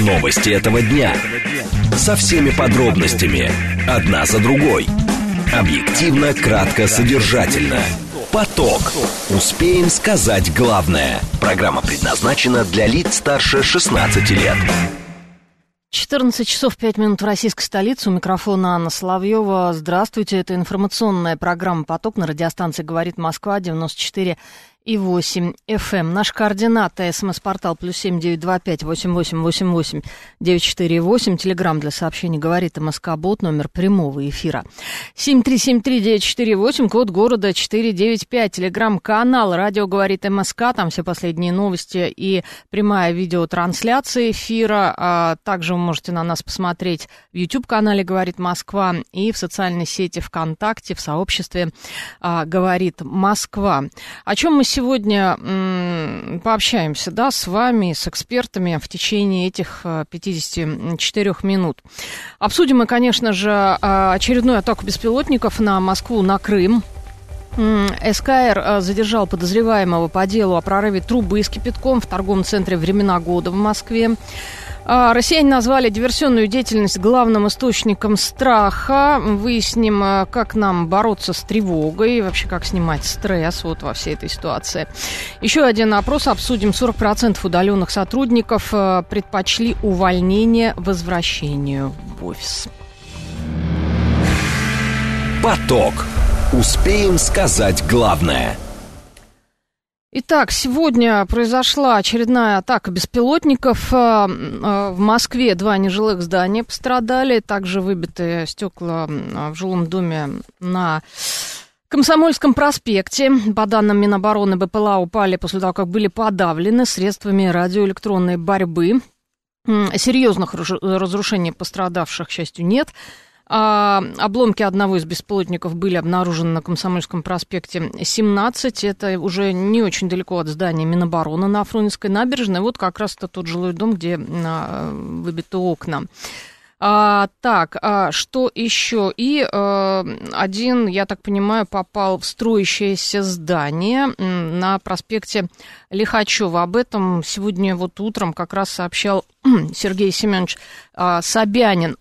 Новости этого дня. Со всеми подробностями. Одна за другой. Объективно, кратко, содержательно. Поток. Успеем сказать главное. Программа предназначена для лиц старше 16 лет. 14 часов 5 минут в российской столице. У микрофона Анна Соловьева. Здравствуйте. Это информационная программа «Поток» на радиостанции «Говорит Москва» 94,8 FM. Наши координаты: СМС-портал +7 925 8888 948. Телеграм для сообщений «Говорит МСК-бот», номер прямого эфира 7373948, код города 495. Телеграм-канал «Радио говорит МСК», там все последние новости и прямая видеотрансляция эфира. Также вы можете на нас посмотреть в YouTube-канале «Говорит Москва» и в социальной сети ВКонтакте, в сообществе «Говорит Москва». О чем мы сегодня пообщаемся, да, с вами, с экспертами в течение этих 54 минут. Обсудим мы, конечно же, очередную атаку беспилотников на Москву, на Крым. СКР задержал подозреваемого по делу о прорыве трубы с кипятком в торговом центре «Времена года» в Москве. Россияне назвали диверсионную деятельность главным источником страха. Выясним, как нам бороться с тревогой, вообще как снимать стресс вот во всей этой ситуации. Еще один опрос обсудим. 40% удаленных сотрудников предпочли увольнение возвращению в офис. Поток. Успеем сказать главное. Итак, сегодня произошла очередная атака беспилотников. В Москве 2 нежилых здания пострадали. Также выбиты стекла в жилом доме на Комсомольском проспекте. По данным Минобороны, БПЛА упали после того, как были подавлены средствами радиоэлектронной борьбы. Серьезных разрушений пострадавших, к счастью, нет. Обломки одного из беспилотников были обнаружены на Комсомольском проспекте 17. Это уже не очень далеко от здания Минобороны на Фрунзенской набережной. Вот как раз это тот жилой дом, где выбиты окна. Так, что еще? И один, я так понимаю, попал в строящееся здание на проспекте Лихачева. Об этом сегодня вот утром как раз сообщал Сергей Семенович Собянин.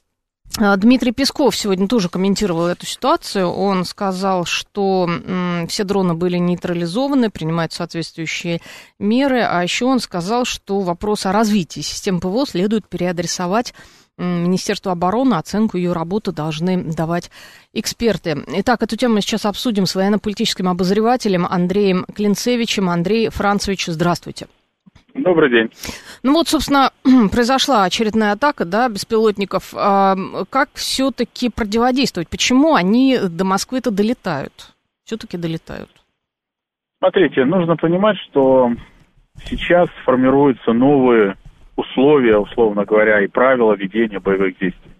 Дмитрий Песков сегодня тоже комментировал эту ситуацию. Он сказал, что все дроны были нейтрализованы, принимают соответствующие меры. А еще он сказал, что вопрос о развитии систем ПВО следует переадресовать Министерству обороны. Оценку ее работы должны давать эксперты. Итак, эту тему мы сейчас обсудим с военно-политическим обозревателем Андреем Клинцевичем. Андрей Францевич, здравствуйте. Добрый день. Ну вот, собственно, произошла очередная атака, да, беспилотников. Как все-таки противодействовать? Почему они до Москвы-то долетают? Все-таки долетают. Смотрите, нужно понимать, что сейчас формируются новые условия, условно говоря, и правила ведения боевых действий.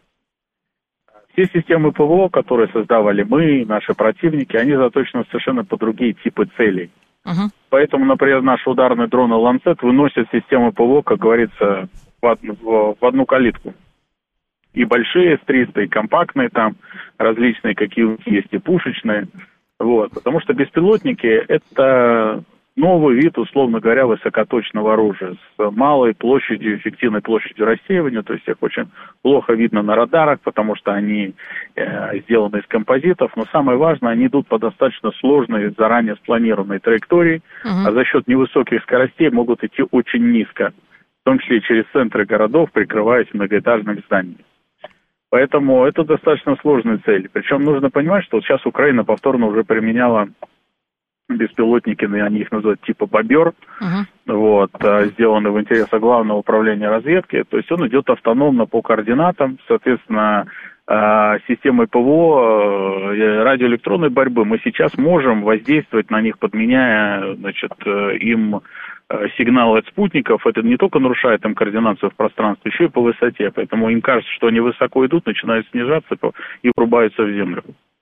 Все системы ПВО, которые создавали мы, наши противники, они заточены совершенно под другие типы целей. Поэтому, например, наши ударные дроны «Ланцет» выносят системы ПВО, как говорится, в одну калитку. И большие С-300, и компактные там, различные, какие у них есть, и пушечные. Вот. Потому что беспилотники – это новый вид, условно говоря, высокоточного оружия с малой площадью, эффективной площадью рассеивания, то есть их очень плохо видно на радарах, потому что они сделаны из композитов, но самое важное, они идут по достаточно сложной, заранее спланированной траектории, а за счет невысоких скоростей могут идти очень низко, в том числе через центры городов, прикрываясь многоэтажными зданиями. Поэтому это достаточно сложная цель. Причем нужно понимать, что вот сейчас Украина повторно уже применяла беспилотники, они их называют типа «Бобер», вот, сделаны в интересах Главного управления разведки. То есть он идет автономно по координатам, соответственно, системой ПВО, радиоэлектронной борьбы мы сейчас можем воздействовать на них, подменяя, значит, им сигналы от спутников. Это не только нарушает им координацию в пространстве, еще и по высоте. Поэтому им кажется, что они высоко идут, начинают снижаться и врубаются в землю.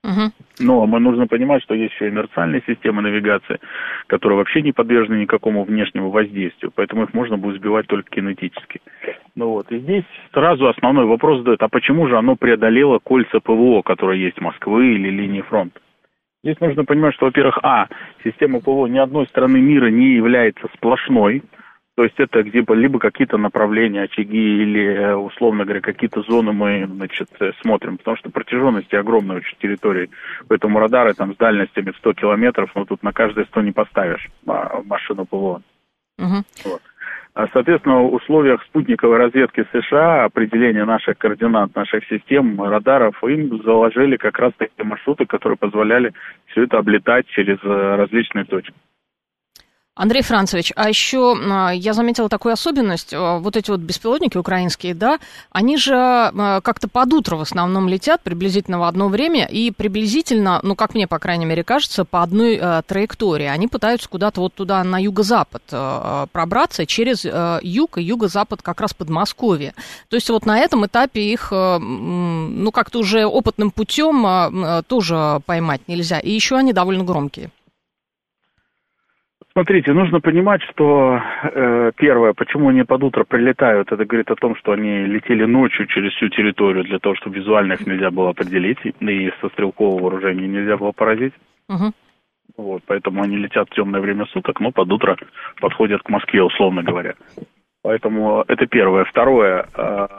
Но мы нужно понимать, что есть еще инерциальные системы навигации, которые вообще не подвержены никакому внешнему воздействию, поэтому их можно будет сбивать только кинетически. Ну вот, и здесь сразу основной вопрос задают, а почему же оно преодолело кольца ПВО, которые есть Москвы или линии фронта? Здесь нужно понимать, что, во-первых, система ПВО ни одной страны мира не является сплошной, То есть это либо какие-то направления, очаги или, условно говоря, какие-то зоны мы, значит, смотрим. Потому что протяженность огромная очень территории. Поэтому радары там с дальностями в 100 километров, но тут на каждые 100 не поставишь машину ПВО. Вот. Соответственно, в условиях спутниковой разведки США, определения наших координат, наших систем, радаров, им заложили как раз такие маршруты, которые позволяли все это облетать через различные точки. Андрей Францевич, а еще я заметила такую особенность, вот эти вот беспилотники украинские, да, они же как-то под утро в основном летят, приблизительно в одно время, и приблизительно, ну, как мне, по крайней мере, кажется, по одной траектории. Они пытаются куда-то вот туда, на юго-запад пробраться, через юг и юго-запад как раз Подмосковье. То есть вот на этом этапе их, ну, как-то уже опытным путем тоже поймать нельзя, и еще они довольно громкие. Смотрите, нужно понимать, что первое, почему они под утро прилетают, это говорит о том, что они летели ночью через всю территорию для того, чтобы визуально их нельзя было определить, и со стрелкового вооружения нельзя было поразить. Вот, поэтому они летят в темное время суток, но под утро подходят к Москве, условно говоря. Поэтому это первое. Второе,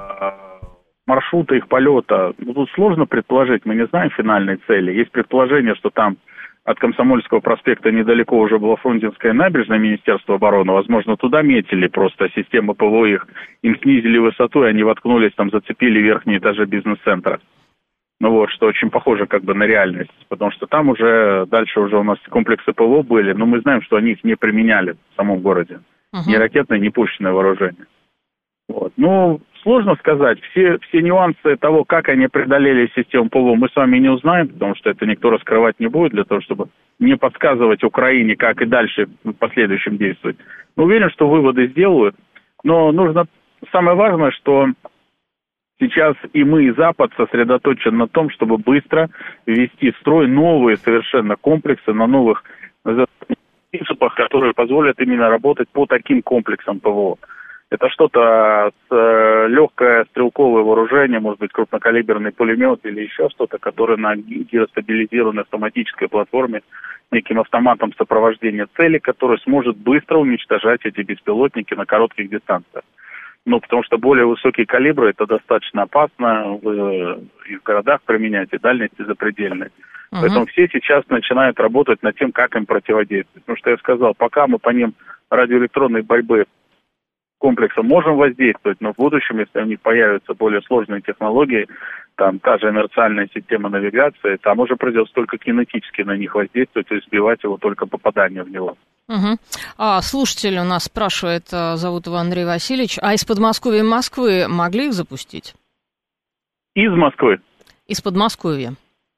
маршруты их полета, ну, тут сложно предположить, мы не знаем финальной цели. Есть предположение, что там от Комсомольского проспекта недалеко уже была Фрунзенская набережная Министерства обороны. Возможно, туда метили просто системы ПВО им снизили высоту, и они воткнулись, там зацепили верхние этажи бизнес-центра. Ну вот, что очень похоже как бы на реальность, потому что там уже, дальше уже у нас комплексы ПВО были, но мы знаем, что они их не применяли в самом городе. Ни ракетное, ни пушечное вооружение. Вот. Ну, сложно сказать. Все нюансы того, как они преодолели систему ПВО, мы с вами не узнаем, потому что это никто раскрывать не будет, для того, чтобы не подсказывать Украине, как и дальше в последующем действовать. Но уверен, что выводы сделают. Но нужно... Самое важное, что сейчас и мы, и Запад сосредоточен на том, чтобы быстро ввести в строй новые совершенно комплексы на новых принципах, которые позволят именно работать по таким комплексам ПВО. Это что-то легкое стрелковое вооружение, может быть, крупнокалиберный пулемет или еще что-то, которое на гиростабилизированной автоматической платформе, неким автоматом сопровождения цели, который сможет быстро уничтожать эти беспилотники на коротких дистанциях. Ну, потому что более высокие калибры, это достаточно опасно и в городах применять, и дальности запредельные. Поэтому все сейчас начинают работать над тем, как им противодействовать. Потому что я сказал, пока мы по ним радиоэлектронной борьбы комплексом можем воздействовать, но в будущем, если у них появятся более сложные технологии, там та же инерциальная система навигации, там уже придется только кинетически на них воздействовать и сбивать его только попадание в него. Слушатель у нас спрашивает, зовут его Андрей Васильевич, а из Подмосковья и Москвы могли их запустить? Из Москвы? Из Подмосковья.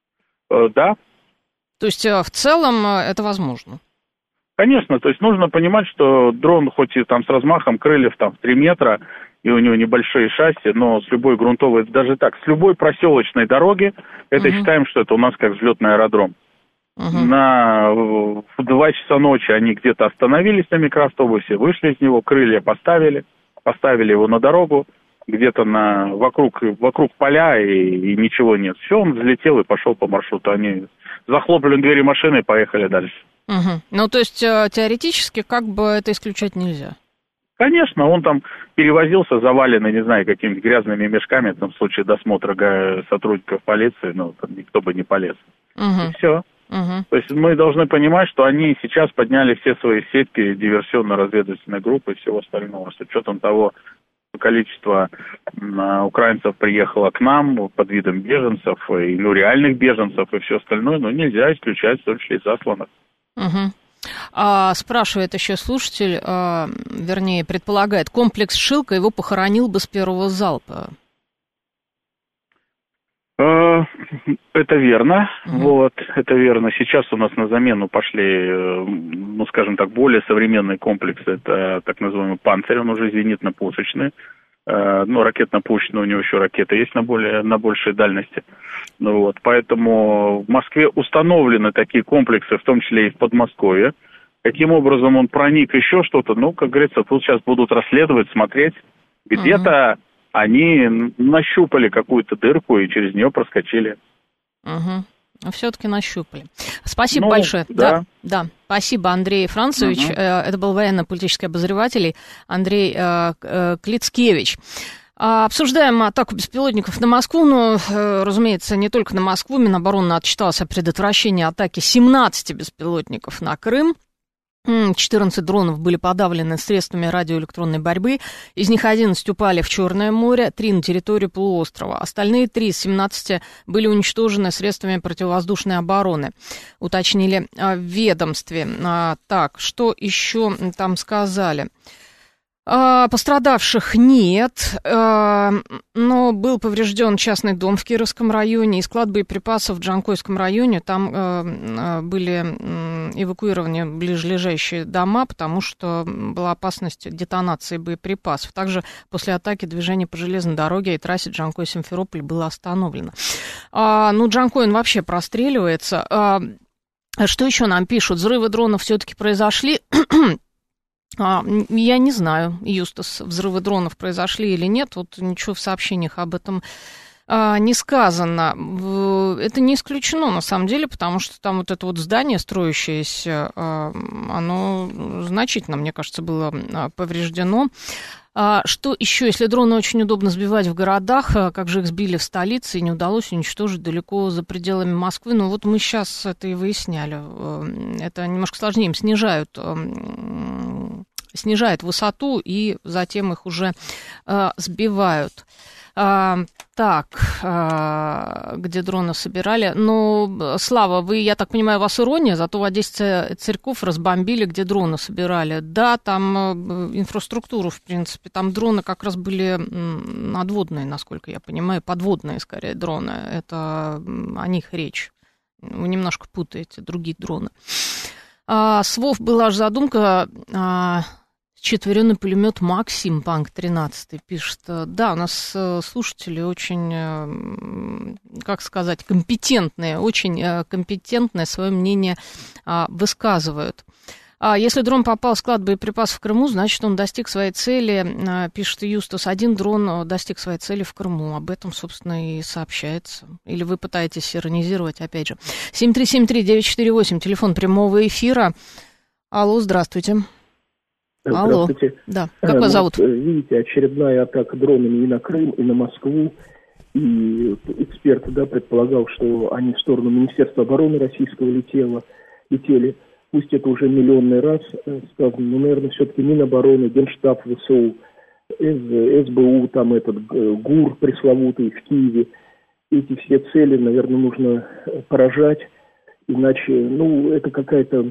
Да. То есть в целом это возможно? Конечно, то есть нужно понимать, что дрон хоть и там с размахом крыльев там в 3 метра, и у него небольшие шасси, но с любой грунтовой, даже так, с любой проселочной дороги, это считаем, что это у нас как взлетный аэродром. В 2 часа ночи они где-то остановились на микроавтобусе, вышли из него, крылья поставили его на дорогу, где-то вокруг поля, и ничего нет. Все, он взлетел и пошел по маршруту. Они захлопнули двери машины и поехали дальше. Ну, то есть, теоретически, как бы это исключать нельзя? Конечно, он там перевозился, заваленный, не знаю, какими-то грязными мешками, там, в случае досмотра сотрудников полиции, ну, там никто бы не полез. И все. То есть мы должны понимать, что они сейчас подняли все свои сетки диверсионно-разведывательной группы и всего остального, с учетом того количества украинцев приехало к нам под видом беженцев, и, реальных беженцев и все остальное, но нельзя исключать, в том числе и засланных. Спрашивает еще слушатель, вернее, предполагает, комплекс «Шилка» его похоронил бы с первого залпа. Это верно, это верно. Сейчас у нас на замену пошли, ну, скажем так, более современные комплексы. Это так называемый «Панцирь», он уже зенитно-пушечный. Ну, ракетно-пушечный, у него еще ракеты есть на большей дальности. Поэтому в Москве установлены такие комплексы, в том числе и в Подмосковье. Каким образом он проник, еще что-то, ну, как говорится, тут сейчас будут расследовать, смотреть. Где-то они нащупали какую-то дырку и через нее проскочили. Все-таки нащупали. Спасибо большое. Да. Спасибо, Андрей Францевич. Это был военно-политический обозреватель Андрей Клицкевич. Обсуждаем атаку беспилотников на Москву, но, разумеется, не только на Москву. Минобороны отчиталось о предотвращении атаки 17 беспилотников на Крым. 14 дронов были подавлены средствами радиоэлектронной борьбы. Из них 11 упали в Черное море, 3 на территорию полуострова. Остальные 3 из 17 были уничтожены средствами противовоздушной обороны, уточнили в ведомстве. Так, что еще там сказали? Пострадавших нет, но был поврежден частный дом в Кировском районе и склад боеприпасов в Джанкойском районе. Там были эвакуированы ближайшие дома, потому что была опасность детонации боеприпасов. Также после атаки движение по железной дороге и трассе Джанкой-Симферополь было остановлено. Джанкой, он вообще простреливается. Что еще нам пишут? Взрывы дронов все-таки произошли. Я не знаю, Юстас, взрывы дронов произошли или нет. Вот ничего в сообщениях об этом не сказано. Это не исключено, на самом деле, потому что там вот это вот здание, строящееся, оно значительно, мне кажется, было повреждено. Что еще? Если дроны очень удобно сбивать в городах, как же их сбили в столице и не удалось уничтожить далеко за пределами Москвы? Ну вот мы сейчас это и выясняли. Это немножко сложнее. Им снижают высоту и затем их уже сбивают. Где дроны собирали. Но, Слава, я так понимаю, у вас ирония, зато в Одессе церковь разбомбили, где дроны собирали. Да, там инфраструктуру, в принципе, там дроны как раз были надводные, насколько я понимаю, подводные, скорее, дроны. Это о них речь. Вы немножко путаете, другие дроны. С ВОВ была аж задумка... Четверенный пулемет Максим, Панк 13 пишет. Да, у нас слушатели очень, как сказать, компетентные, очень компетентные, свое мнение высказывают. Если дрон попал в склад боеприпасов в Крыму, значит, он достиг своей цели, пишет Юстас. Один дрон достиг своей цели в Крыму. Об этом, собственно, и сообщается. Или вы пытаетесь иронизировать, опять же. 7373948, телефон прямого эфира. Алло, здравствуйте. Здравствуйте. Алло. Да. Как вас зовут? Видите, очередная атака дронами и на Крым, и на Москву. И эксперт предполагал, что они в сторону Министерства обороны российского летели. Пусть это уже миллионный раз сказано, но, наверное, все-таки Минобороны, Генштаб ВСУ, СБУ, там этот ГУР пресловутый в Киеве. Эти все цели, наверное, нужно поражать, иначе, это какая-то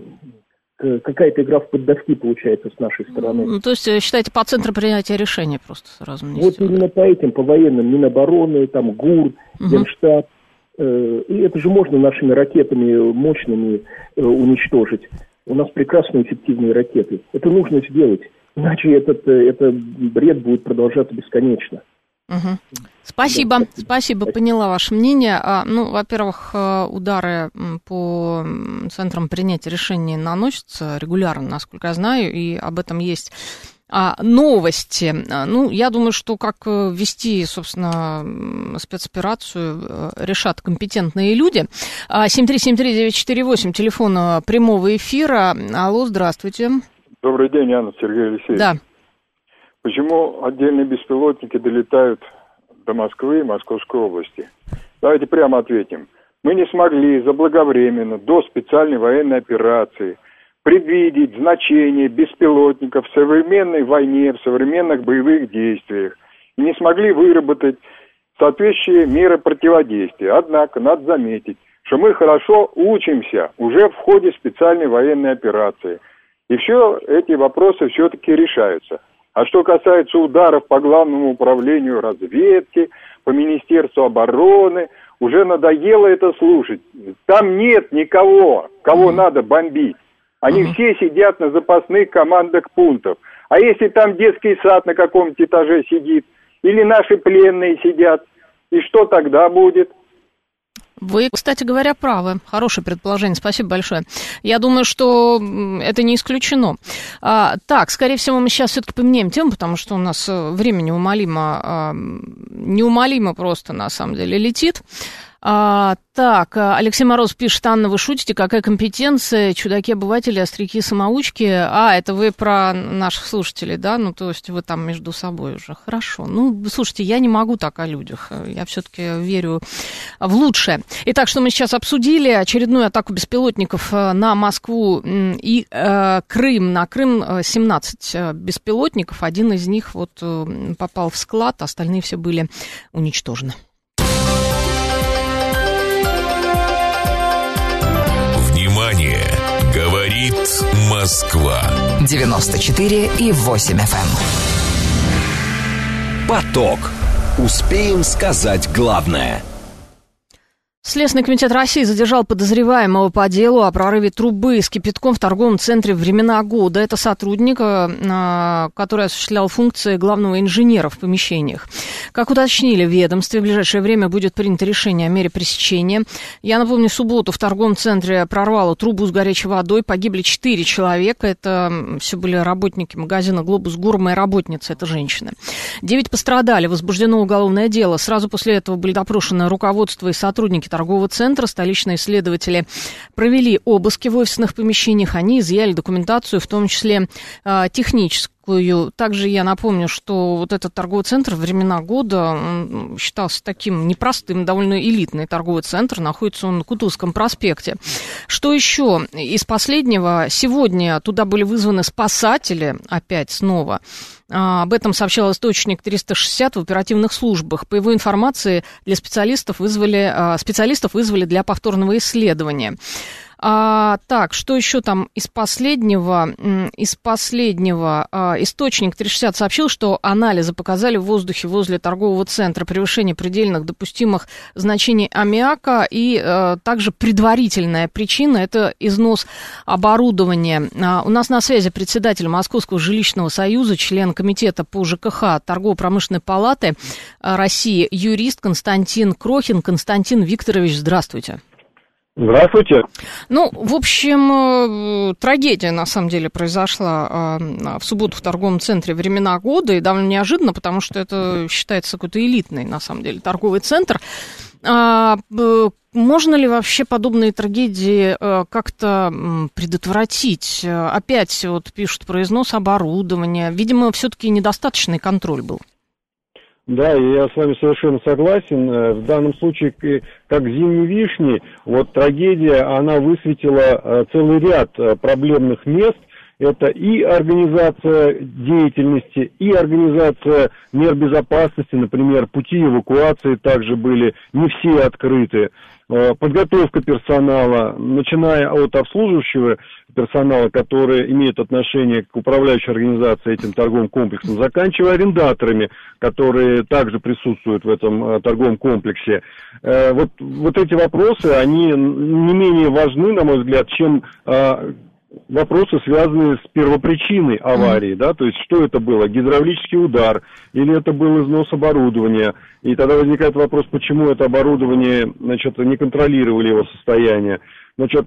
игра в поддавки получается с нашей стороны. То есть, считаете, по центру принятия решения просто сразу нанести? Вот именно по этим, по военным, Минобороны, там ГУР, Генштаб. И это же можно нашими ракетами мощными уничтожить. У нас прекрасные эффективные ракеты. Это нужно сделать, иначе этот бред будет продолжаться бесконечно. Спасибо, поняла ваше мнение. Во-первых, удары по центрам принятия решений наносятся регулярно, насколько я знаю, и об этом есть новости. Я думаю, что как вести, собственно, спецоперацию, решат компетентные люди. 7373948, телефон прямого эфира. Алло, здравствуйте. Добрый день, Анна, Сергей Алексеевич. Да. Почему отдельные беспилотники долетают до Москвы и Московской области? Давайте прямо ответим. Мы не смогли заблаговременно до специальной военной операции предвидеть значение беспилотников в современной войне, в современных боевых действиях. И не смогли выработать соответствующие меры противодействия. Однако, надо заметить, что мы хорошо учимся уже в ходе специальной военной операции. И все эти вопросы все-таки решаются. А что касается ударов по Главному управлению разведки, по Министерству обороны, уже надоело это слушать. Там нет никого, кого надо бомбить. Они все сидят на запасных командных пунктах. А если там детский сад на каком-то этаже сидит, или наши пленные сидят, и что тогда будет? Вы, кстати говоря, правы. Хорошее предположение. Спасибо большое. Я думаю, что это не исключено. Так, скорее всего, мы сейчас все-таки поменяем тему, потому что у нас время неумолимо просто, на самом деле, летит. Так, Алексей Мороз пишет: Анна, вы шутите, какая компетенция, чудаки-обыватели, остряки-самоучки. Это вы про наших слушателей, да? Ну, то есть вы там между собой уже. Хорошо. Ну, слушайте, я не могу так о людях. Я все-таки верю в лучшее. Итак, что мы сейчас обсудили? Очередную атаку беспилотников на Москву и Крым. На Крым 17 беспилотников. Один из них вот попал в склад, остальные все были уничтожены. Внимание! Говорит Москва. 94,8 FM. Поток. Успеем сказать главное. Следственный комитет России задержал подозреваемого по делу о прорыве трубы с кипятком в торговом центре «Времена года». Это сотрудник, который осуществлял функции главного инженера в помещениях. Как уточнили в ведомстве, в ближайшее время будет принято решение о мере пресечения. Я напомню, в субботу в торговом центре прорвало трубу с горячей водой. Погибли 4 человека. Это все были работники магазина «Глобус Гурма» и работницы. Это женщины. 9 пострадали. Возбуждено уголовное дело. Сразу после этого были допрошены руководство и сотрудники торгового центра. Столичные следователи провели обыски в офисных помещениях. Они изъяли документацию, в том числе техническую. Также я напомню, что вот этот торговый центр «Времена года» считался таким непростым, довольно элитный торговый центр. Находится он на Кутузовском проспекте. Что еще из последнего? Сегодня туда были вызваны спасатели, опять снова. Об этом сообщал источник 360 в оперативных службах. По его информации, специалистов вызвали для повторного исследования. Так, что еще там из последнего? Источник 360 сообщил, что анализы показали в воздухе возле торгового центра превышение предельных допустимых значений аммиака, и также предварительная причина – это износ оборудования. У нас на связи председатель Московского жилищного союза, член комитета по ЖКХ Торгово-промышленной палаты России, юрист Константин Крохин. Константин Викторович, здравствуйте. Здравствуйте. Ну, в общем, трагедия, на самом деле, произошла в субботу в торговом центре «Времена года», и довольно неожиданно, потому что это считается какой-то элитный, на самом деле, торговый центр. Можно ли вообще подобные трагедии как-то предотвратить? Опять вот пишут про износ оборудования. Видимо, все-таки недостаточный контроль был. Да, я с вами совершенно согласен. В данном случае, как зимней вишни, вот трагедия, она высветила целый ряд проблемных мест. Это и организация деятельности, и организация мер безопасности, например, пути эвакуации также были не все открыты. Подготовка персонала, начиная от обслуживающего персонала, который имеет отношение к управляющей организации этим торговым комплексом, заканчивая арендаторами, которые также присутствуют в этом торговом комплексе. Вот эти вопросы, они не менее важны, на мой взгляд, чем вопросы, связанные с первопричиной аварии, да, то есть что это было, гидравлический удар, или это был износ оборудования, и тогда возникает вопрос, почему это оборудование, значит, не контролировали его состояние. Значит,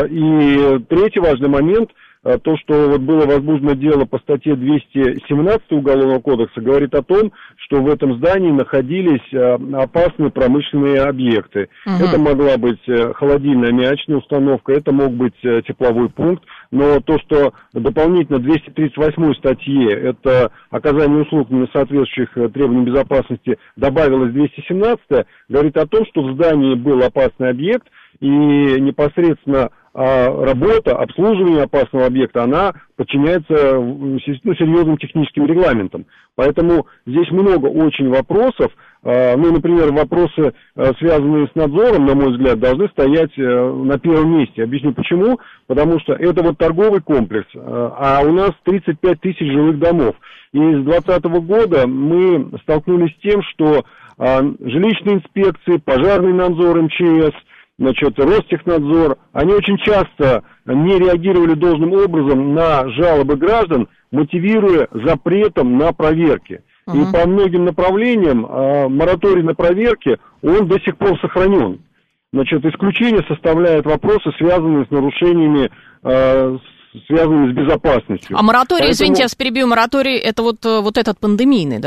и третий важный момент, то, что вот было возбуждено дело по статье 217 Уголовного кодекса, говорит о том, что в этом здании находились опасные промышленные объекты. Это могла быть холодильная аммиачная установка, это мог быть тепловой пункт, но то, что дополнительно 238 статье, это оказание услуг не соответствующих требованиям безопасности, добавилось 217, говорит о том, что в здании был опасный объект, и непосредственно работа, обслуживание опасного объекта, она подчиняется серьезным техническим регламентам. Поэтому здесь много очень вопросов. Например, вопросы, связанные с надзором, на мой взгляд, должны стоять на первом месте. Объясню почему. Потому что это вот торговый комплекс, а у нас 35 тысяч жилых домов. И с 2020 года мы столкнулись с тем, что жилищные инспекции, пожарный надзор МЧС, значит, Ростехнадзор, они очень часто не реагировали должным образом на жалобы граждан, мотивируя запретом на проверки. И по многим направлениям мораторий на проверки, он до сих пор сохранен. Значит, исключение составляют вопросы, связанные с нарушениями, связанными с безопасностью. А мораторий, извините, я вас перебью, мораторий это вот этот пандемийный, да?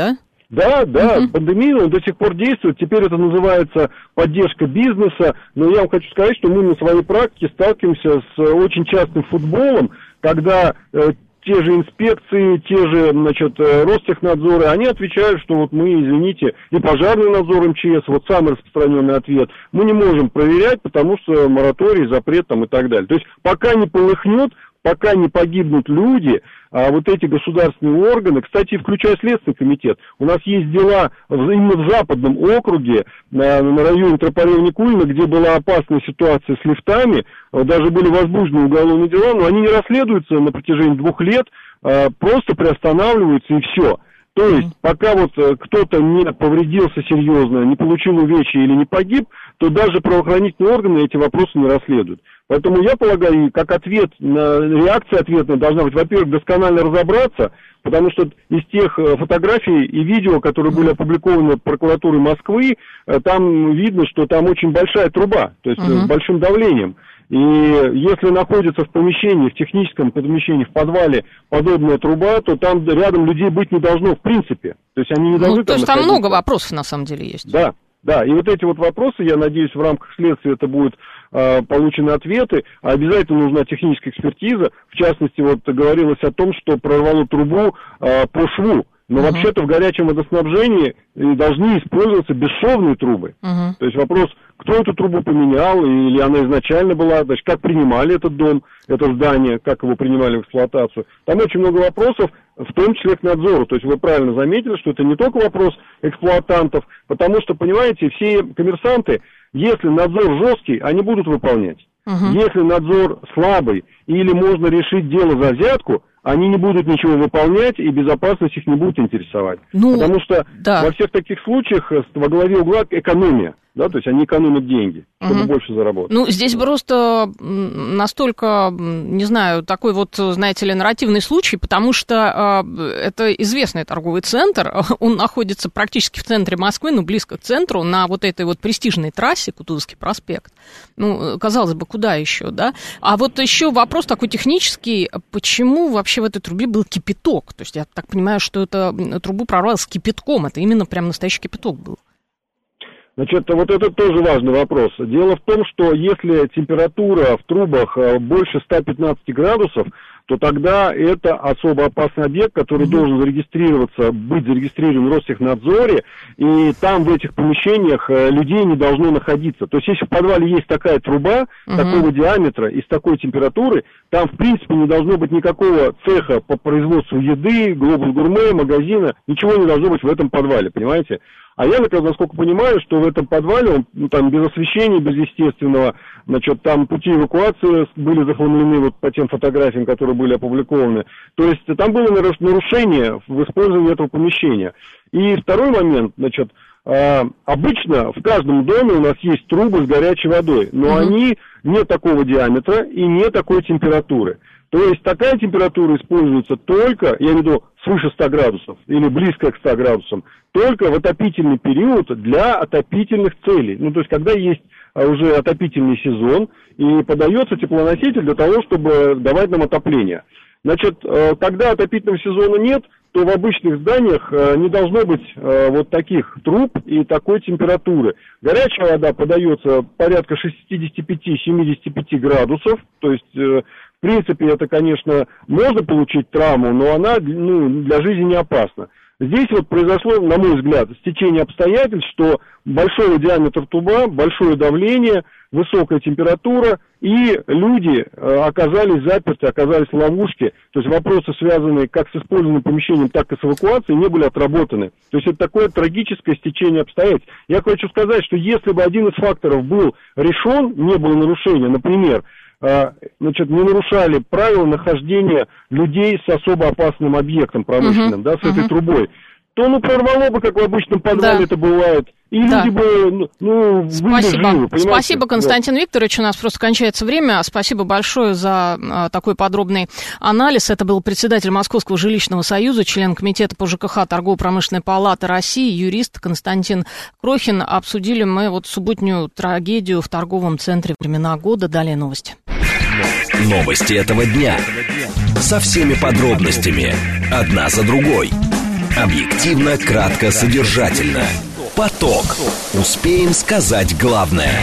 Да, пандемия, он до сих пор действует, теперь это называется поддержка бизнеса, но я вам хочу сказать, что мы на своей практике сталкиваемся с очень частым футболом, когда те же инспекции, те же, Ростехнадзоры, они отвечают, что вот мы, извините, и пожарный надзор МЧС, вот самый распространенный ответ, мы не можем проверять, потому что мораторий, запрет там и так далее. То есть пока не полыхнет, пока не погибнут люди, а вот эти государственные органы, кстати, включая Следственный комитет, у нас есть дела именно в Западном округе, на районе Тропарев-Никулина, где была опасная ситуация с лифтами, даже были возбуждены уголовные дела, но они не расследуются на протяжении 2 лет, просто приостанавливаются и все. То есть, пока вот кто-то не повредился серьезно, не получил увечья или не погиб, то даже правоохранительные органы эти вопросы не расследуют. Поэтому я полагаю, как ответ, реакция ответная должна быть, во-первых, досконально разобраться, потому что из тех фотографий и видео, которые были опубликованы прокуратурой Москвы, там видно, что там очень большая труба, то есть с большим давлением. И если находится в помещении, в техническом помещении, в подвале подобная труба, то там рядом людей быть не должно в принципе. То есть они не должны то есть там много вопросов на самом деле есть. Да, и вот эти вот вопросы, я надеюсь, в рамках следствия это будут получены ответы, а обязательно нужна техническая экспертиза. В частности, вот говорилось о том, что прорвало трубу по шву. Но вообще-то в горячем водоснабжении должны использоваться бесшовные трубы. То есть вопрос, кто эту трубу поменял, или она изначально была, значит, как принимали этот дом, это здание, как его принимали в эксплуатацию. Там очень много вопросов, в том числе к надзору. То есть вы правильно заметили, что это не только вопрос эксплуатантов, потому что, понимаете, все коммерсанты, если надзор жесткий, они будут выполнять. Если надзор слабый или можно решить дело за взятку, они не будут ничего выполнять, и безопасность их не будет интересовать. Потому что во всех таких случаях во главе угла экономия. Да, то есть они экономят деньги, чтобы больше заработать. Здесь просто настолько, не знаю, такой вот, знаете ли, нарративный случай, потому что это известный торговый центр, он находится практически в центре Москвы, близко к центру, на вот этой вот престижной трассе, Кутузовский проспект. Казалось бы, куда еще, да? А вот еще вопрос такой технический, почему вообще в этой трубе был кипяток? То есть я так понимаю, что эту трубу прорвало с кипятком, это именно прям настоящий кипяток был. Значит, вот это тоже важный вопрос. Дело в том, что если температура в трубах больше 115 градусов, то тогда это особо опасный объект, который должен быть зарегистрирован в Ростехнадзоре, и там в этих помещениниях людей не должно находиться. То есть если в подвале есть такая труба, такого диаметра и с такой температурой, там в принципе не должно быть никакого цеха по производству еды, Глобус Гурме, магазина, ничего не должно быть в этом подвале, понимаете? А я, насколько понимаю, что в этом подвале, там без освещения, без естественного, там пути эвакуации были захламлены вот по тем фотографиям, которые были опубликованы. То есть там было нарушение в использовании этого помещения. И второй момент, обычно в каждом доме у нас есть трубы с горячей водой, но они не такого диаметра и не такой температуры. То есть такая температура используется только, я имею в виду, свыше 100 градусов или близко к 100 градусам, только в отопительный период для отопительных целей. То есть когда есть уже отопительный сезон и подается теплоноситель для того, чтобы давать нам отопление. Когда отопительного сезона нет, то в обычных зданиях не должно быть вот таких труб и такой температуры. Горячая вода подается порядка 65-75 градусов, то есть в принципе это, конечно, можно получить травму, но она для жизни не опасна. Здесь вот произошло, на мой взгляд, стечение обстоятельств, что большого диаметра труба, большое давление, высокая температура, и люди оказались заперты, оказались в ловушке. То есть вопросы, связанные как с использованным помещением, так и с эвакуацией, не были отработаны. То есть это такое трагическое стечение обстоятельств. Я хочу сказать, что если бы один из факторов был решен, не было нарушения, например, не нарушали правила нахождения людей с особо опасным объектом промышленным, с этой трубой, то прорвало бы, как в обычном подвале это бывает, и люди бы, Спасибо. Живы, Спасибо, Константин Викторович, у нас просто кончается время. Спасибо большое за такой подробный анализ. Это был председатель Московского жилищного союза, член комитета по ЖКХ Торгово-промышленной палаты России, юрист Константин Крохин. Обсудили мы субботнюю трагедию в торговом центре «Времена года». Далее новости. Новости этого дня. Со всеми подробностями. Одна за другой. Объективно, кратко, содержательно. Поток. Успеем сказать главное.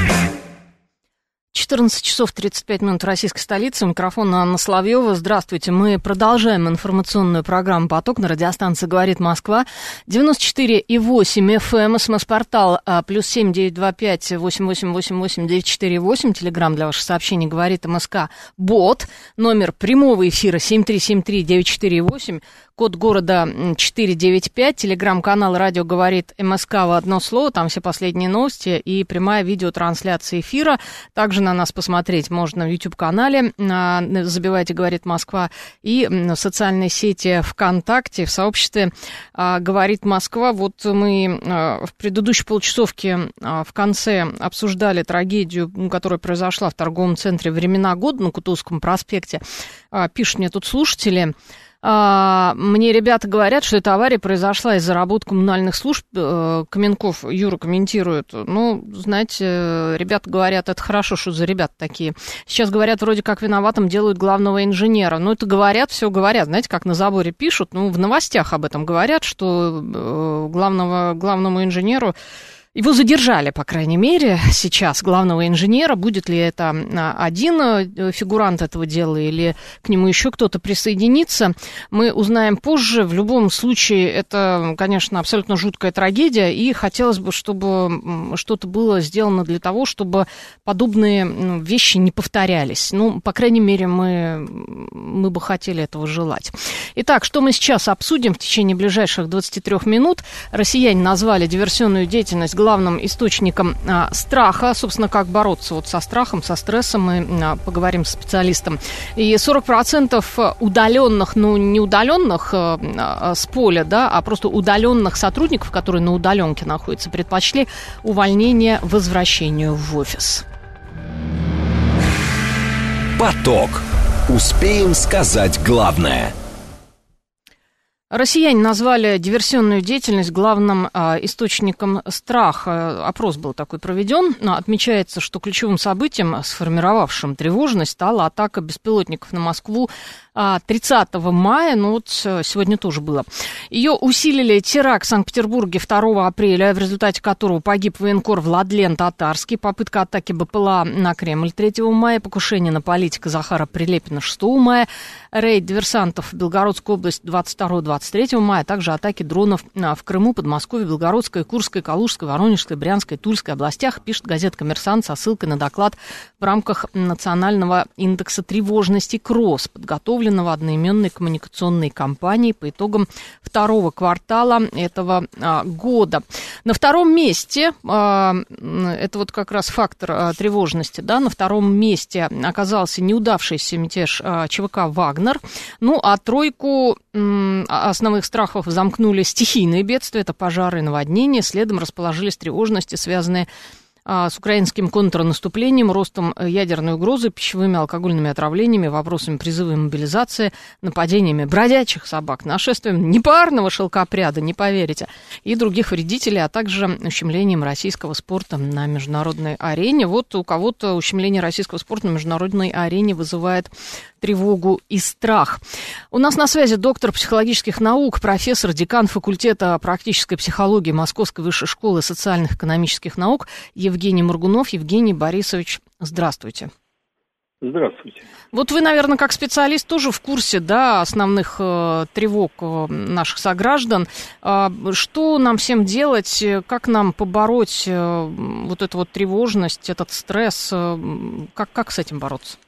14 часов 35 минут в российской столице. У микрофона Анна Соловьева. Здравствуйте. Мы продолжаем информационную программу «Поток» на радиостанции «Говорит Москва». 94,8 FM, СМС-портал +7 925 8888 948. Телеграм для ваших сообщений «Говорит МСК» бот. Номер прямого эфира 7373 948. Код города 495. Телеграм-канал «Радио говорит МСК» в одно слово. Там все последние новости и прямая видеотрансляция эфира. Также на нас посмотреть можно в YouTube-канале. Забивайте «Говорит Москва». И в социальной сети ВКонтакте, в сообществе «Говорит Москва». Вот мы в предыдущей полчасовке в конце обсуждали трагедию, которая произошла в торговом центре «Времена года» на Кутузовском проспекте. Пишут мне тут слушатели. Мне ребята говорят, что эта авария произошла из-за работы коммунальных служб. Каменков Юра комментирует. Ну, знаете, ребята говорят, это хорошо, что за ребята такие. Сейчас говорят, вроде как виноватым делают главного инженера. Ну, это говорят, все говорят. Знаете, как на заборе пишут. Ну, в новостях об этом говорят, что главному инженеру... Его задержали, по крайней мере, сейчас, главного инженера. Будет ли это один фигурант этого дела или к нему еще кто-то присоединится, мы узнаем позже. В любом случае, это, конечно, абсолютно жуткая трагедия, и хотелось бы, чтобы что-то было сделано для того, чтобы подобные вещи не повторялись. Ну, по крайней мере, мы бы хотели этого желать. Итак, что мы сейчас обсудим в течение ближайших 23 минут? Россияне назвали диверсионную деятельность главным источником страха. Собственно, как бороться вот со страхом, со стрессом, мы поговорим с специалистом. И 40% удаленных, ну, не удаленных с поля, да, а просто удаленных сотрудников, которые на удаленке находятся, предпочли увольнение возвращению в офис. Поток. Успеем сказать главное. Россияне назвали диверсионную деятельность главным источником страха. Опрос был такой проведен. Отмечается, что ключевым событием, сформировавшим тревожность, стала атака беспилотников на Москву 30 мая, ну вот сегодня тоже было. Ее усилили теракт в Санкт-Петербурге 2 апреля, в результате которого погиб военкор Владлен Татарский, попытка атаки БПЛА на Кремль 3 мая, покушение на политика Захара Прилепина 6 мая, рейд диверсантов в Белгородскую область 22-23 мая, а также атаки дронов в Крыму, Подмосковье, Белгородской, Курской, Калужской, Воронежской, Брянской, Тульской областях, пишет газета «Коммерсант» со ссылкой на доклад в рамках национального индекса тревожности КРОС, подготовленного одноименной коммуникационной кампанией по итогам второго квартала этого года. На втором месте, это вот как раз фактор тревожности, да, на втором месте оказался неудавшийся мятеж ЧВК «Вагнер». Ну, а тройку основных страхов замкнули стихийные бедствия, это пожары и наводнения. Следом расположились тревожности, связанные с украинским контрнаступлением, ростом ядерной угрозы, пищевыми алкогольными отравлениями, вопросами призыва и мобилизации, нападениями бродячих собак, нашествием непарного шелкопряда, не поверите, и других вредителей, а также ущемлением российского спорта на международной арене. Вот у кого-то ущемление российского спорта на международной арене вызывает тревогу и страх. У нас на связи доктор психологических наук, профессор, декан факультета практической психологии Московской высшей школы социальных и экономических наук Евгений Моргунов. Евгений Борисович, здравствуйте. Здравствуйте. Вот вы, наверное, как специалист тоже в курсе, да, основных тревог наших сограждан. Что нам всем делать, как нам побороть вот эту вот тревожность, этот стресс, как с этим бороться?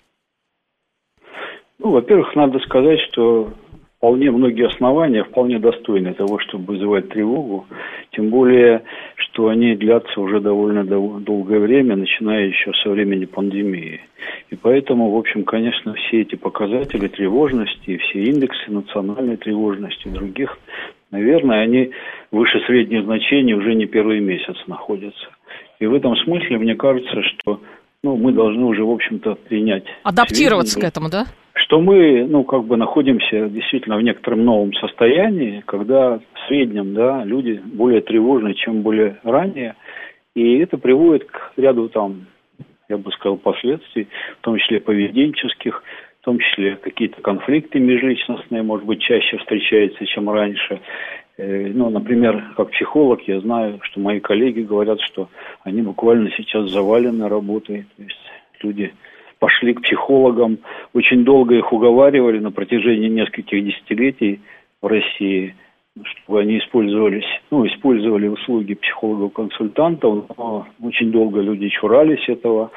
Ну, во-первых, надо сказать, что вполне многие основания вполне достойны того, чтобы вызывать тревогу, тем более, что они длятся уже довольно долгое время, начиная еще со времени пандемии. И поэтому, в общем, конечно, все эти показатели тревожности, все индексы национальной тревожности и других, наверное, они выше средних значений уже не первый месяц находятся. И в этом смысле, мне кажется, что мы должны уже, в общем-то, принять... Адаптироваться к этому, да? Что мы, находимся действительно в некотором новом состоянии, когда в среднем, да, люди более тревожны, чем были ранее, и это приводит к ряду я бы сказал, последствий, в том числе поведенческих, в том числе какие-то конфликты межличностные, может быть, чаще встречаются, чем раньше. Ну, например, как психолог, я знаю, что мои коллеги говорят, что они буквально сейчас завалены работой. То есть люди пошли к психологам, очень долго их уговаривали на протяжении нескольких десятилетий в России, чтобы они использовали услуги психологов-консультантов, но очень долго люди чурались этого.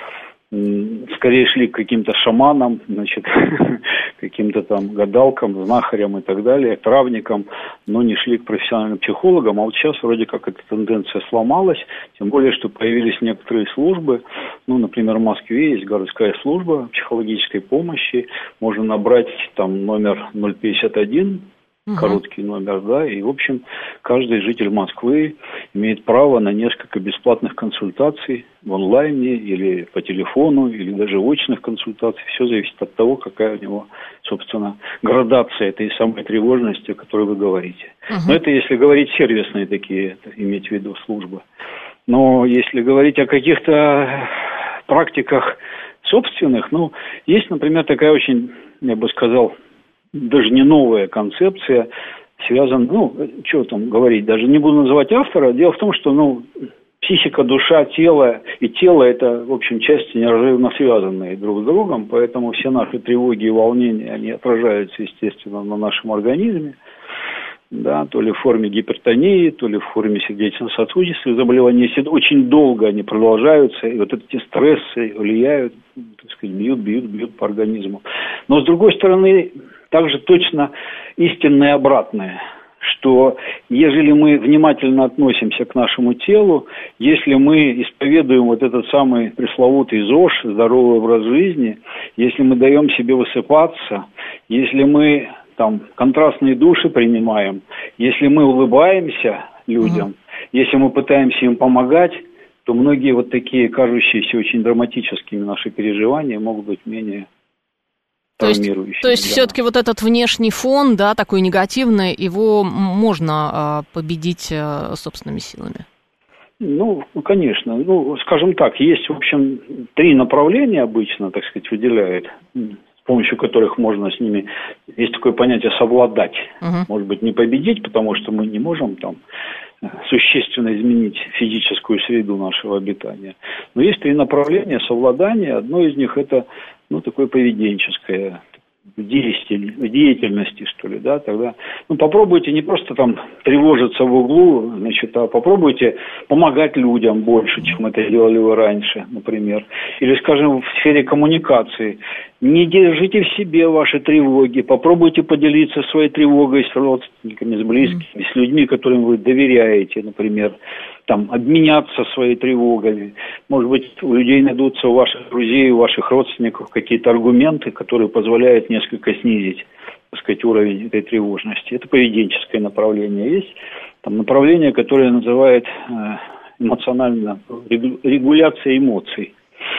Скорее шли к каким-то шаманам, значит, каким-то там гадалкам, знахарям и так далее, травникам, но не шли к профессиональным психологам. А вот сейчас вроде как эта тенденция сломалась, тем более, что появились некоторые службы. Ну, например, в Москве есть городская служба психологической помощи. Можно набрать там номер 051, короткий номер, да, и, в общем, каждый житель Москвы имеет право на несколько бесплатных консультаций в онлайне или по телефону, или даже очных консультаций. Все зависит от того, какая у него, собственно, градация этой самой тревожности, о которой вы говорите. Но это если говорить сервисные такие, иметь в виду службы. Но если говорить о каких-то практиках собственных, ну, есть, например, такая очень, я бы сказал, даже не новая концепция, связана, ну, что там говорить, даже не буду называть автора. Дело в том, что, ну, психика, душа, тело и тело – это, в общем, части неразрывно связанные друг с другом, поэтому все наши тревоги и волнения, они отражаются, естественно, на нашем организме, да, то ли в форме гипертонии, то ли в форме сердечно-сосудистых заболеваний. Если очень долго они продолжаются, и вот эти стрессы влияют, так сказать, бьют по организму. Но, с другой стороны, также точно истинное обратное, что ежели мы внимательно относимся к нашему телу, если мы исповедуем вот этот самый пресловутый ЗОЖ, здоровый образ жизни, если мы даем себе высыпаться, если мы там контрастные души принимаем, если мы улыбаемся людям, если мы пытаемся им помогать, то многие вот такие кажущиеся очень драматическими наши переживания могут быть менее травмирующими. То есть все-таки вот этот внешний фон, да, такой негативный, его можно победить собственными силами? Ну, конечно. Ну, скажем так, есть, в общем, 3 направления обычно, так сказать, выделяют, с помощью которых можно с ними, есть такое понятие совладать. Может быть, не победить, потому что мы не можем там существенно изменить физическую среду нашего обитания. Но есть 3 направления совладания. Одно из них это, ну, такое поведенческое, деятельности, что ли, да, тогда, ну, попробуйте не просто там тревожиться в углу, значит, а попробуйте помогать людям больше, чем это делали вы раньше, например. Или, скажем, в сфере коммуникации. Не держите в себе ваши тревоги, попробуйте поделиться своей тревогой с родственниками, с близкими, с людьми, которым вы доверяете, например, там, обменяться своей тревогами. Может быть, у людей найдутся, у ваших друзей, у ваших родственников какие-то аргументы, которые позволяют несколько снизить, так сказать, уровень этой тревожности. Это поведенческое направление. Есть там направление, которое называют эмоционально регуляция эмоций.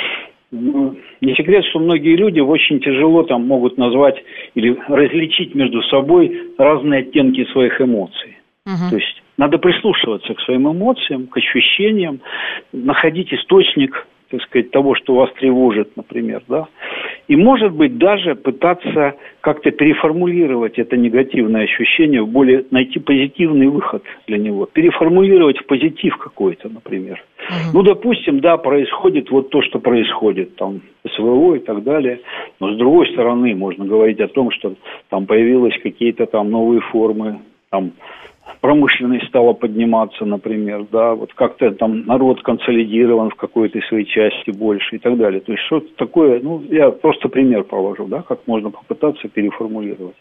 Ну, не секрет, что многие люди очень тяжело там могут назвать или различить между собой разные оттенки своих эмоций. То есть надо прислушиваться к своим эмоциям, к ощущениям, находить источник, так сказать, того, что вас тревожит, например, да. И, может быть, даже пытаться как-то переформулировать это негативное ощущение, в более найти позитивный выход для него, переформулировать в позитив какой-то, например. Ну, допустим, да, происходит вот то, что происходит, там, СВО и так далее, но с другой стороны можно говорить о том, что там появились какие-то там новые формы, там, промышленность стала подниматься, например, да, вот как-то там народ консолидирован в какой-то своей части больше и так далее. То есть что-то такое, ну, я просто пример положу, да, как можно попытаться переформулировать.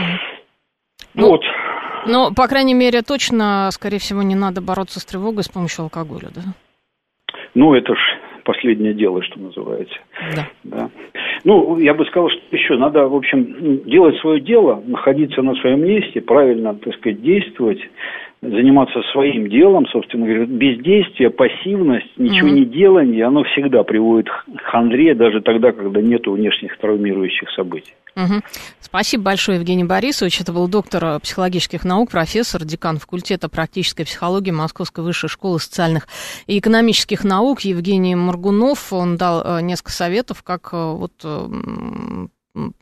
Ну, вот. Ну, по крайней мере, точно, скорее всего, не надо бороться с тревогой с помощью алкоголя, да? Ну, это ж последнее дело, что называется. Да. Ну, я бы сказал, что еще надо, в общем, делать свое дело, находиться на своем месте, правильно, так сказать, действовать, заниматься своим делом, собственно говоря. Бездействие, пассивность, ничего не делание, оно всегда приводит к хандре, даже тогда, когда нет внешних травмирующих событий. Спасибо большое, Евгений Борисович. Это был доктор психологических наук, профессор, декан факультета практической психологии Московской высшей школы социальных и экономических наук Евгений Моргунов. Он дал несколько советов, как вот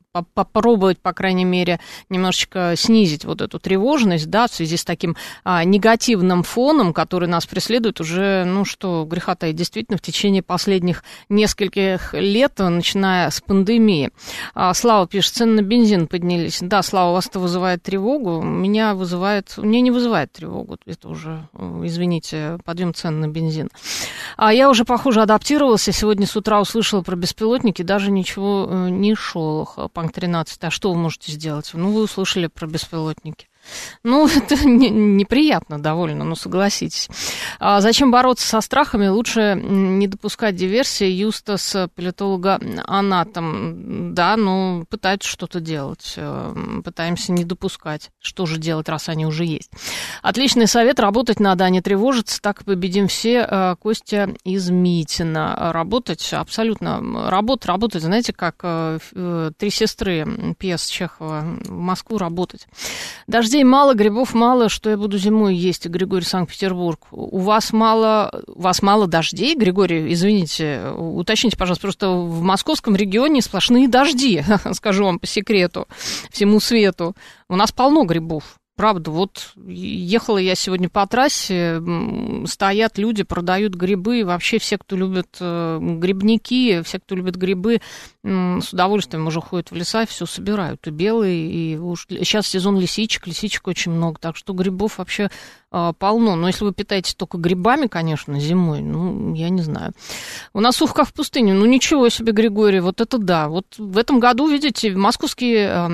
попробовать, по крайней мере, немножечко снизить вот эту тревожность, да, в связи с таким негативным фоном, который нас преследует уже, ну что, греха таить, действительно, в течение последних нескольких лет, начиная с пандемии. Слава пишет, цены на бензин поднялись. Да, Слава, у вас это вызывает тревогу, мне не вызывает тревогу, это уже, извините, подъем цен на бензин. Я уже, похоже, адаптировался, сегодня с утра услышала про беспилотники, даже ничего не шел. Панк 13, а что вы можете сделать? Ну, вы услышали про беспилотники. Ну, это неприятно довольно, ну, согласитесь. Зачем бороться со страхами? Лучше не допускать диверсии. Юстас, политолога-анатом. Да, ну, пытаются что-то делать. Пытаемся не допускать. Что же делать, раз они уже есть? Отличный совет. Работать надо, а не тревожиться. Так победим все. Костя из Митина. Работать, абсолютно. Работать, знаете, как «Три сестры», пьеса Чехова. В Москву работать. Дождей мало, грибов мало, что я буду зимой есть, Григорий, Санкт-Петербург. У вас мало дождей, Григорий, извините, уточните, пожалуйста, просто в московском регионе сплошные дожди, скажу вам по секрету, всему свету. У нас полно грибов. Правда, вот ехала я сегодня по трассе, стоят люди, продают грибы, вообще все, кто любит грибники, все, кто любит грибы, с удовольствием уже ходят в леса, все собирают, и белые, и уж сейчас сезон лисичек очень много, так что грибов вообще полно. Но если вы питаетесь только грибами, конечно, зимой, ну, я не знаю. У нас сухо как в пустыне, ну, ничего себе, Григорий, вот это да. Вот в этом году, видите, московский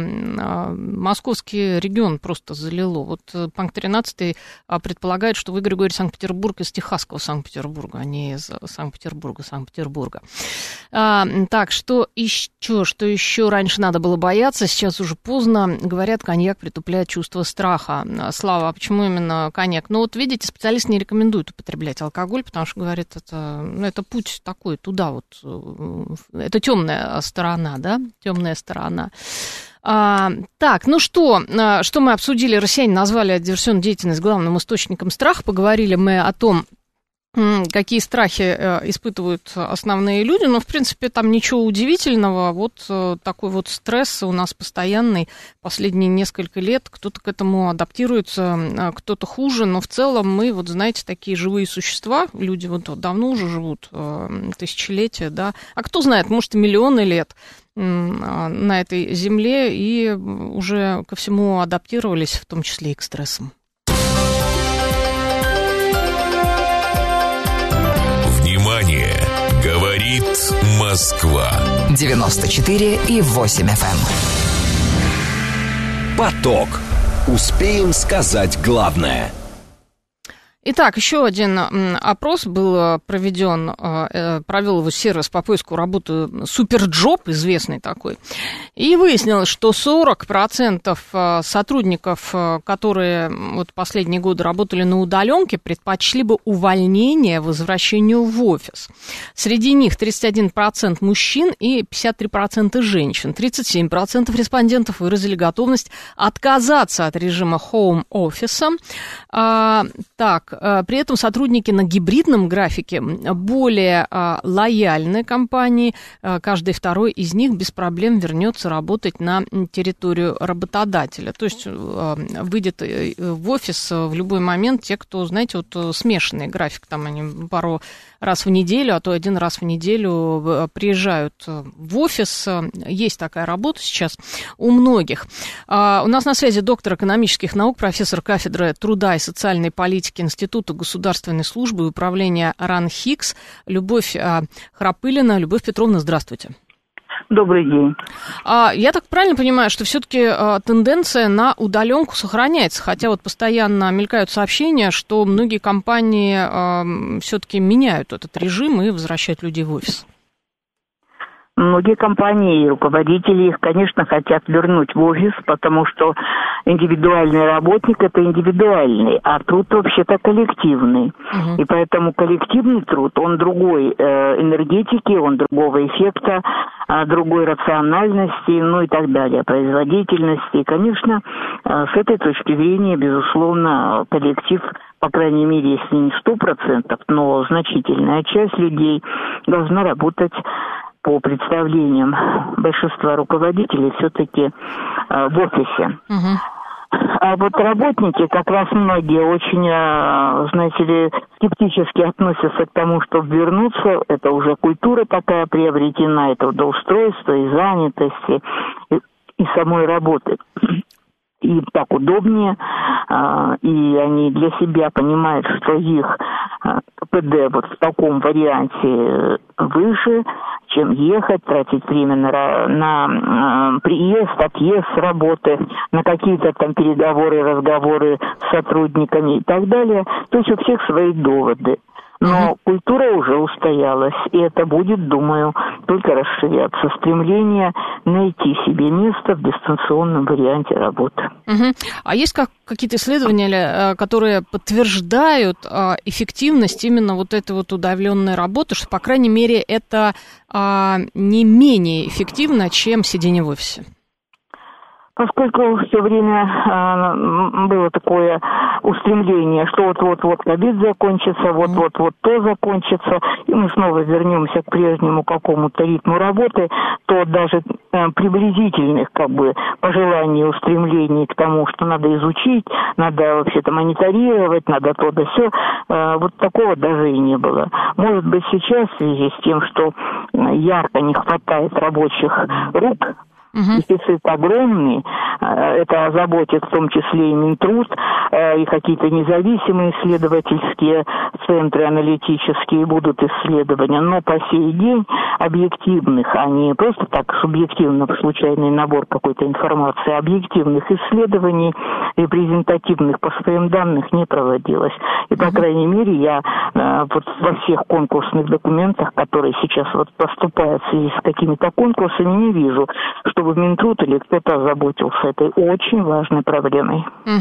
регион просто залило. Вот Панк 13 предполагает, что вы, Григорий, Санкт-Петербург из техасского Санкт-Петербурга, а не из Санкт-Петербурга. Так, что еще раньше надо было бояться, сейчас уже поздно. Говорят, коньяк притупляет чувство страха. Слава, а почему именно коньяк? Ну вот видите, специалисты не рекомендуют употреблять алкоголь, потому что, говорят, это путь такой туда вот. Это темная сторона, да? Темная сторона. Так, ну что мы обсудили? Россияне назвали диверсионную деятельность главным источником страха. Поговорили мы о том, какие страхи испытывают основные люди, но, в принципе, там ничего удивительного. Вот такой вот стресс у нас постоянный последние несколько лет. Кто-то к этому адаптируется, кто-то хуже, но в целом мы, вот знаете, такие живые существа, люди вот давно уже живут, тысячелетия, да, а кто знает, может, и миллионы лет на этой земле и уже ко всему адаптировались, в том числе и к стрессам. Говорит Москва. 94,8 FM. Поток. Успеем сказать главное. Итак, еще один опрос был проведен, провел его сервис по поиску работы Суперджоп, известный такой, и выяснилось, что 40% сотрудников, которые вот последние годы работали на удаленке, предпочли бы увольнение возвращению в офис. Среди них 31% мужчин и 53% женщин. 37% респондентов выразили готовность отказаться от режима хоум-офиса. При этом сотрудники на гибридном графике более лояльны компании. Каждый второй из них без проблем вернется работать на территорию работодателя. То есть выйдет в офис в любой момент те, кто, знаете, вот смешанный график, там они пару раз в неделю, а то один раз в неделю приезжают в офис. Есть такая работа сейчас у многих. У нас на связи доктор экономических наук, профессор кафедры труда и социальной политики Института государственной службы и управления РАН-ХИКС Любовь Храпылина. Любовь Петровна, здравствуйте. Добрый день. Я так правильно понимаю, что все-таки тенденция на удаленку сохраняется, хотя вот постоянно мелькают сообщения, что многие компании все-таки меняют этот режим и возвращают людей в офис. Многие компании и руководители их, конечно, хотят вернуть в офис, потому что индивидуальный работник – это индивидуальный, а труд вообще-то коллективный. И поэтому коллективный труд, он другой энергетики, он другого эффекта, другой рациональности, ну и так далее, производительности. И, конечно, с этой точки зрения, безусловно, коллектив, по крайней мере, если не 100%, но значительная часть людей должна работать по представлениям большинства руководителей, все-таки в офисе. А вот работники, как раз многие очень, знаете ли, скептически относятся к тому, чтобы вернуться. Это уже культура такая приобретена, это трудоустройство и занятости, и самой работы. И так удобнее, и они для себя понимают, что их КПД вот в таком варианте выше, чем ехать, тратить время на приезд, отъезд с работы, на какие-то там переговоры, разговоры с сотрудниками и так далее. То есть у всех свои доводы. Но культура уже устоялась, и это будет, думаю, только расширяться. Стремление найти себе место в дистанционном варианте работы. А есть какие-то исследования, которые подтверждают эффективность именно вот этой вот удаленной работы, что, по крайней мере, это не менее эффективно, чем сидение в офисе? Поскольку все время было такое устремление, что вот-вот ковид закончится, вот-вот то закончится, и мы снова вернемся к прежнему какому-то ритму работы, то даже приблизительных пожеланий и устремлений к тому, что надо изучить, надо вообще-то мониторировать, надо то да сё, вот такого даже и не было. Может быть, сейчас в связи с тем, что ярко не хватает рабочих рук, дефицит огромный, это озаботит в том числе и Минтруд, и какие-то независимые исследовательские центры аналитические будут исследования, но по сей день объективных, а не просто так субъективно, случайный набор какой-то информации, объективных исследований, репрезентативных по своим данным не проводилось. И, по крайней мере, я вот во всех конкурсных документах, которые сейчас вот поступают в связи с какими-то конкурсами, не вижу, чтобы Минтруд или кто-то озаботился этой очень важной проблемой.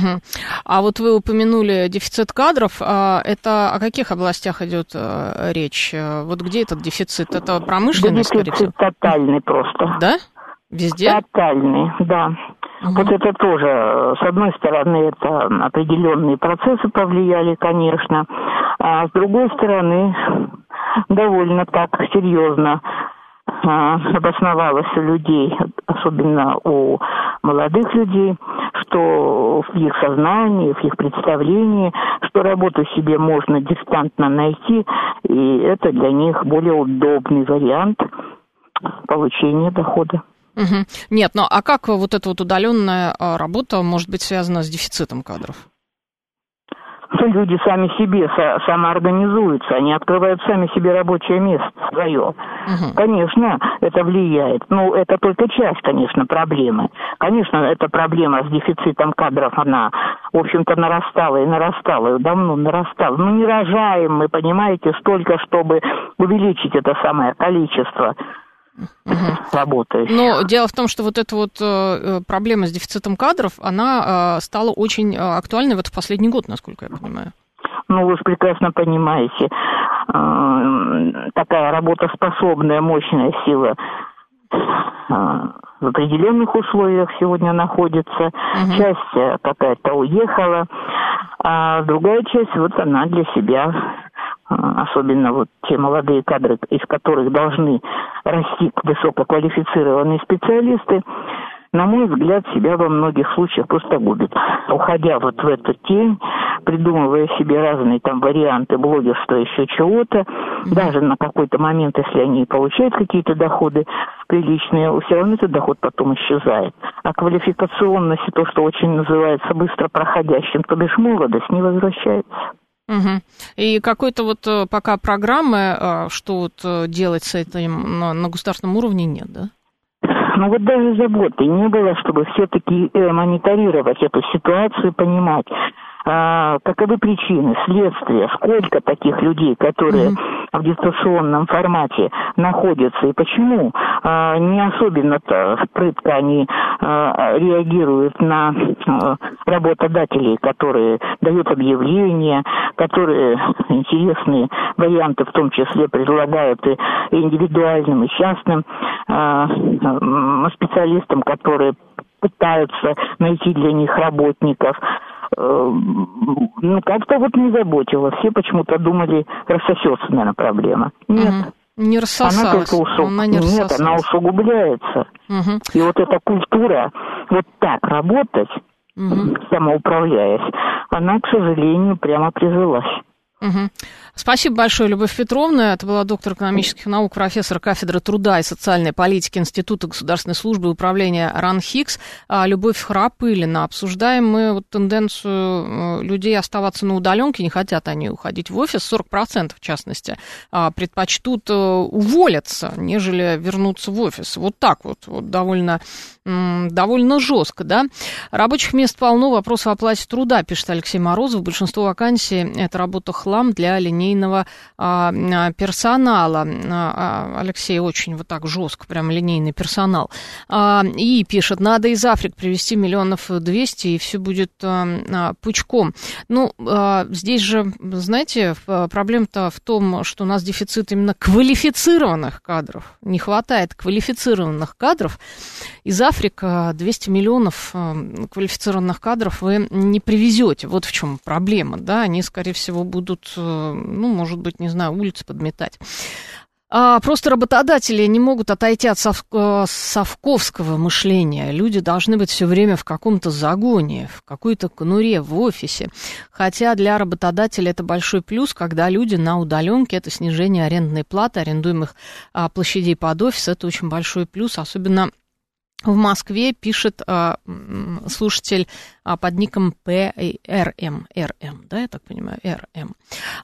А вот вы упомянули дефицит кадров. Это о каких областях идет речь? Вот где этот дефицит? Это промышленность, скорее всего? Дефицит тотальный просто. Да? Везде? Тотальный, да. Вот это тоже, с одной стороны, это определенные процессы повлияли, конечно, а с другой стороны, довольно так серьезно обосновалось у людей, особенно у молодых людей, что в их сознании, в их представлении, что работу себе можно дистантно найти, и это для них более удобный вариант получения дохода. Нет, ну а как вот эта вот удаленная работа может быть связана с дефицитом кадров? Люди сами себе самоорганизуются, они открывают сами себе рабочее место свое. Конечно, это влияет. Ну, это только часть, конечно, проблемы. Конечно, эта проблема с дефицитом кадров, она, в общем-то, нарастала, и давно нарастала. Ну, не рожаем мы, понимаете, столько, чтобы увеличить это самое количество работает. Но дело в том, что вот эта вот проблема с дефицитом кадров, она стала очень актуальной вот в последний год, насколько я понимаю. Ну, вы же прекрасно понимаете, такая работоспособная, мощная сила в определенных условиях сегодня находится. Часть какая-то уехала, а другая часть, вот она для себя, особенно вот те молодые кадры, из которых должны расти высококвалифицированные специалисты, на мой взгляд, себя во многих случаях просто губит. Уходя вот в эту тень, придумывая себе разные там варианты блогерства, еще чего-то, даже на какой-то момент, если они получают какие-то доходы приличные, все равно этот доход потом исчезает. А квалификационность, то, что очень называется быстро проходящим, то бишь молодость, не возвращается. И какой-то вот пока программы, что вот делать с этим на государственном уровне, нет, да? Ну вот даже заботы не было, чтобы все-таки мониторировать эту ситуацию, понимать, каковы причины, следствия, сколько таких людей, которые в дистанционном формате находятся, и почему не особенно-то прытко они реагируют на работодателей, которые дают объявления, которые интересные варианты в том числе предлагают и индивидуальным, и частным специалистам, которые пытаются найти для них работников. Ну, как-то вот не заботило. Все почему-то думали, рассосется, наверное, проблема. Нет. Не рассосалась. Она не рассосалась. Нет, она усугубляется. Угу. И вот эта культура вот так работать, самоуправляясь, она, к сожалению, прямо прижилась. Угу. Спасибо большое, Любовь Петровна. Это была доктор экономических наук, профессор кафедры труда и социальной политики Института государственной службы и управления РАНХИКС. Любовь Храпылина. Обсуждаем мы вот тенденцию людей оставаться на удаленке, не хотят они уходить в офис. 40% в частности предпочтут уволиться, нежели вернуться в офис. Вот так вот довольно жестко, да. Рабочих мест полно, вопрос о оплате труда, пишет Алексей Морозов. Большинство вакансий – это работа хлам для линейного персонала. Алексей очень вот так жестко, прям линейный персонал. И пишет, надо из Африки привезти 200 миллионов, и все будет пучком. Ну, здесь же, знаете, проблема-то в том, что у нас дефицит именно квалифицированных кадров. Не хватает квалифицированных кадров. Из Африки 200 миллионов квалифицированных кадров вы не привезете. Вот в чем проблема, да, они, скорее всего, будут, ну, может быть, не знаю, улицы подметать. Просто работодатели не могут отойти от совковского мышления. Люди должны быть все время в каком-то загоне, в какой-то конуре, в офисе. Хотя для работодателя это большой плюс, когда люди на удаленке, это снижение арендной платы, арендуемых площадей под офис, это очень большой плюс, особенно в Москве, пишет слушатель под ником ПРМ, да, я так понимаю, РМ.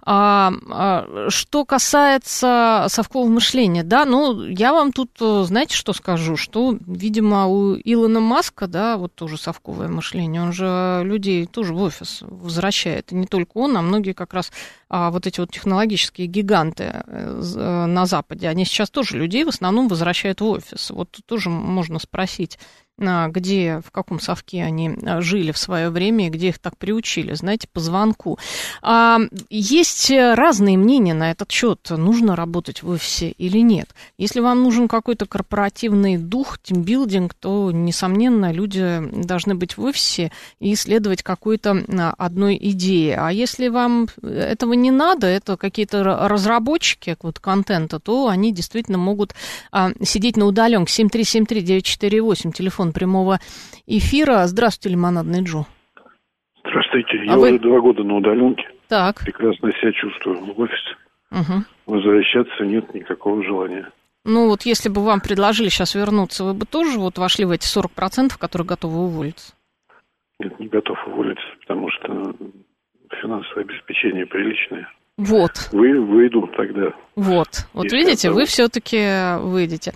Что касается совкового мышления, да, ну, я вам тут, знаете, что скажу, что, видимо, у Илона Маска, да, вот тоже совковое мышление, он же людей тоже в офис возвращает, и не только он, а многие как раз вот эти вот технологические гиганты на Западе, они сейчас тоже людей в основном возвращают в офис. Вот тоже можно спросить, где, в каком совке они жили в свое время и где их так приучили, знаете, по звонку. Есть разные мнения на этот счет, нужно работать в офисе или нет. Если вам нужен какой-то корпоративный дух, тимбилдинг, то, несомненно, люди должны быть в офисе и следовать какой-то одной идее. А если вам этого не надо, это какие-то разработчики вот, контента, то они действительно могут сидеть на удаленке. 7373948, телефон прямого эфира. Здравствуйте, Лимонадный Джо. Здравствуйте. Я уже 2 года на удаленке. Так. Прекрасно себя чувствую в офисе. Угу. Возвращаться нет никакого желания. Ну вот если бы вам предложили сейчас вернуться, вы бы тоже вот вошли в эти 40%, которые готовы уволиться? Нет, не готов уволиться, потому что финансовое обеспечение приличное. Вот. Выйду тогда. Вот видите, вы все-таки выйдете.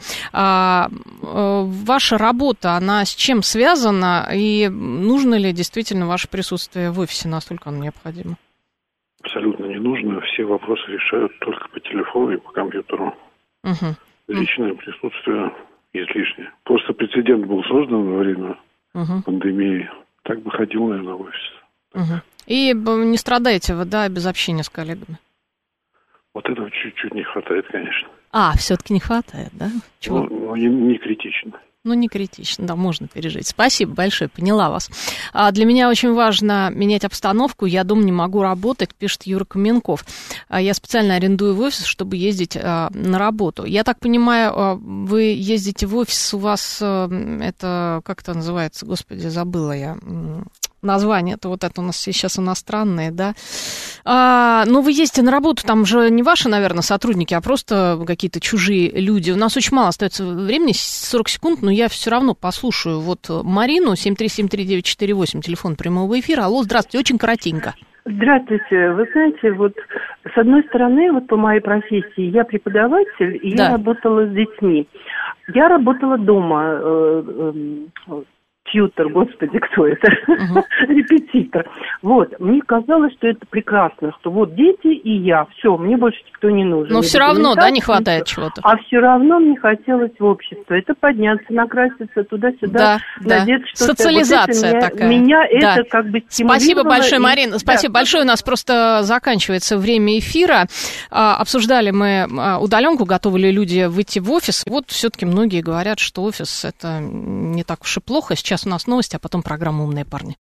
Ваша работа, она с чем связана, и нужно ли действительно ваше присутствие в офисе, настолько оно необходимо? Абсолютно не нужно. Все вопросы решают только по телефону и по компьютеру. Угу. Личное присутствие излишнее. Просто прецедент был создан во время пандемии. Так бы ходил, наверное, в офис. Угу. И не страдаете вы, да, без общения с коллегами? Вот этого чуть-чуть не хватает, конечно. Все-таки не хватает, да? Чего? Ну, не критично. Ну, не критично, да, можно пережить. Спасибо большое, поняла вас. Для меня очень важно менять обстановку. Я дома не могу работать, пишет Юра Каменков. Я специально арендую в офис, чтобы ездить на работу. Я так понимаю, вы ездите в офис, у вас это, как это называется, господи, забыла я название, это вот это у нас сейчас иностранные, да. Ну, вы ездите на работу, там же не ваши, наверное, сотрудники, а просто какие-то чужие люди. У нас очень мало остается времени, 40 секунд, но я все равно послушаю вот Марину, 7373948, телефон прямого эфира. Алло, здравствуйте, очень коротенько. Здравствуйте. Вы знаете, вот с одной стороны, вот по моей профессии, я преподаватель, и я работала с детьми. Я работала дома, тьютер, господи, кто это? Репетитор. Вот, мне казалось, что это прекрасно, что вот дети и я, все, мне больше никто не нужен. Но все равно, да, не хватает чего-то. А все равно мне хотелось в общество. Это подняться, накраситься туда-сюда, надеть что-то. Социализация вот такая. Меня это как бы стимулировало. Спасибо большое, Марина. Спасибо большое. У нас просто заканчивается время эфира. Обсуждали мы удаленку, готовы ли люди выйти в офис. Вот все-таки многие говорят, что офис это не так уж и плохо. Сейчас у нас новости, а потом программа «Умные парни».